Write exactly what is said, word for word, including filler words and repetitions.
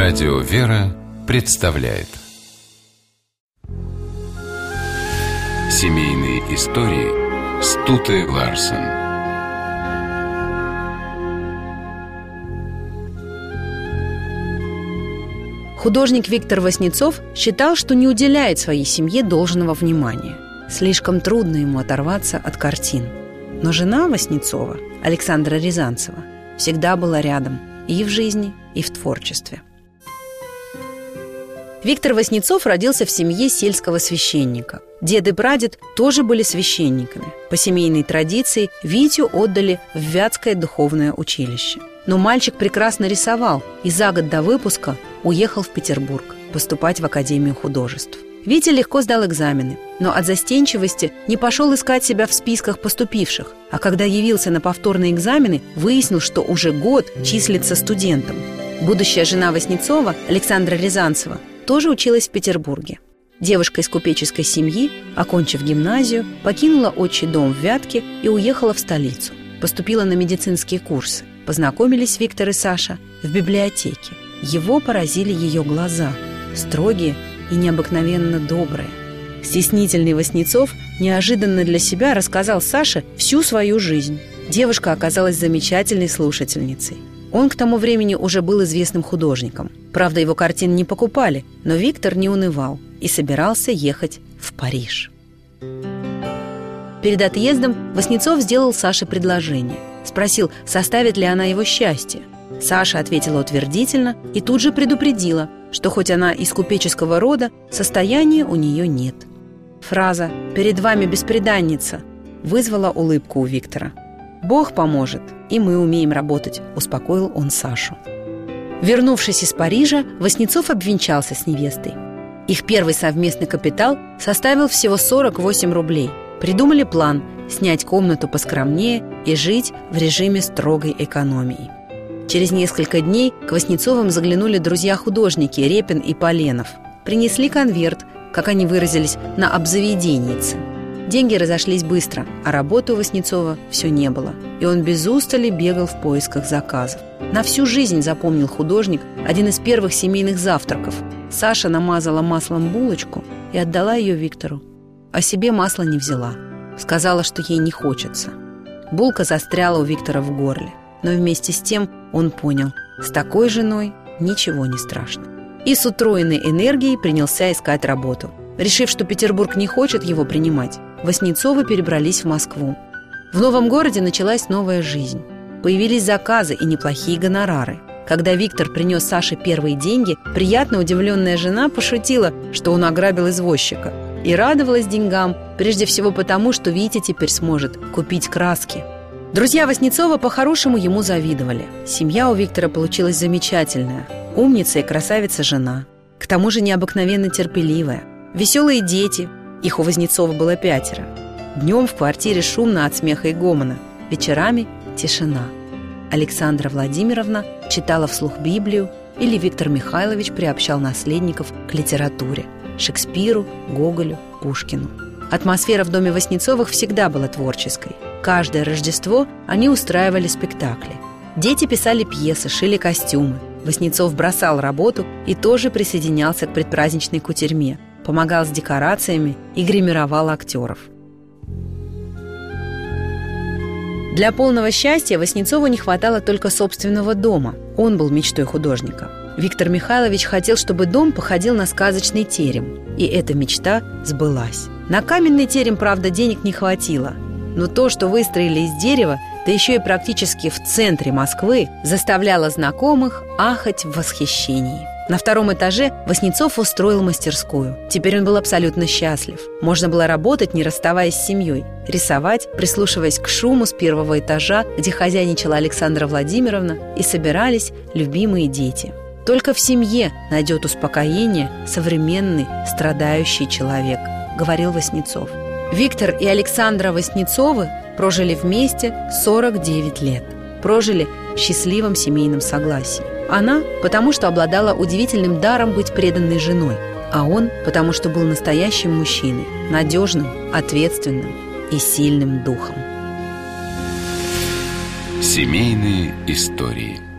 Радио «Вера» представляет Семейные истории Стуте Ларсен. Художник Виктор Васнецов считал, что не уделяет своей семье должного внимания. Слишком трудно ему оторваться от картин. Но жена Васнецова, Александра Рязанцева, всегда была рядом и в жизни, и в творчестве. Виктор Васнецов родился в семье сельского священника. Дед и прадед тоже были священниками. По семейной традиции Витю отдали в Вятское духовное училище. Но мальчик прекрасно рисовал и за год до выпуска уехал в Петербург поступать в Академию художеств. Витя легко сдал экзамены, но от застенчивости не пошел искать себя в списках поступивших, а когда явился на повторные экзамены, выяснил, что уже год числится студентом. Будущая жена Васнецова, Александра Рязанцева, тоже училась в Петербурге. Девушка из купеческой семьи, окончив гимназию, покинула отчий дом в Вятке и уехала в столицу. Поступила на медицинские курсы. Познакомились Виктор и Саша в библиотеке. Его поразили ее глаза, строгие и необыкновенно добрые. Стеснительный Васнецов неожиданно для себя рассказал Саше всю свою жизнь. Девушка оказалась замечательной слушательницей. Он к тому времени уже был известным художником. Правда, его картин не покупали, но Виктор не унывал и собирался ехать в Париж. Перед отъездом Васнецов сделал Саше предложение. Спросил, составит ли она его счастье. Саша ответила утвердительно и тут же предупредила, что хоть она из купеческого рода, состояния у нее нет. Фраза «перед вами бесприданница» вызвала улыбку у Виктора. «Бог поможет, и мы умеем работать», – успокоил он Сашу. Вернувшись из Парижа, Васнецов обвенчался с невестой. Их первый совместный капитал составил всего сорок восемь рублей. Придумали план – снять комнату поскромнее и жить в режиме строгой экономии. Через несколько дней к Васнецовым заглянули друзья-художники Репин и Поленов. Принесли конверт, как они выразились, на обзаведеннице. Деньги разошлись быстро, а работы у Васнецова все не было, и он без устали бегал в поисках заказов. На всю жизнь запомнил художник один из первых семейных завтраков. Саша намазала маслом булочку и отдала ее Виктору, а себе масла не взяла. Сказала, что ей не хочется. Булка застряла у Виктора в горле, но вместе с тем он понял, с такой женой ничего не страшно. И с утроенной энергией принялся искать работу. Решив, что Петербург не хочет его принимать, Васнецовы перебрались в Москву. В новом городе началась новая жизнь. Появились заказы и неплохие гонорары. Когда Виктор принес Саше первые деньги, приятно удивленная жена пошутила, что он ограбил извозчика, и радовалась деньгам, прежде всего потому, что Витя теперь сможет купить краски. Друзья Васнецова по-хорошему ему завидовали. Семья у Виктора получилась замечательная. Умница и красавица жена. К тому же необыкновенно терпеливая. Веселые дети. Их у Васнецова было пятеро. Днем в квартире шумно от смеха и гомона. Вечерами тишина. Александра Владимировна читала вслух Библию, или Виктор Михайлович приобщал наследников к литературе – Шекспиру, Гоголю, Пушкину. Атмосфера в доме Васнецовых всегда была творческой. Каждое Рождество они устраивали спектакли. Дети писали пьесы, шили костюмы. Васнецов бросал работу и тоже присоединялся к предпраздничной кутерьме, помогал с декорациями и гримировал актеров. Для полного счастья Васнецову не хватало только собственного дома. Он был мечтой художника. Виктор Михайлович хотел, чтобы дом походил на сказочный терем, и эта мечта сбылась. На каменный терем, правда, денег не хватило, но то, что выстроили из дерева, да еще и практически в центре Москвы, заставляло знакомых ахать в восхищении. На втором этаже Васнецов устроил мастерскую. Теперь он был абсолютно счастлив. Можно было работать, не расставаясь с семьей, рисовать, прислушиваясь к шуму с первого этажа, где хозяйничала Александра Владимировна, и собирались любимые дети. Только в семье найдет успокоение современный страдающий человек, говорил Васнецов. Виктор и Александра Васнецовы прожили вместе сорок девять лет. Прожили в счастливом семейном согласии. Она, потому что обладала удивительным даром быть преданной женой, а он, потому что был настоящим мужчиной, надежным, ответственным и сильным духом. Семейные истории.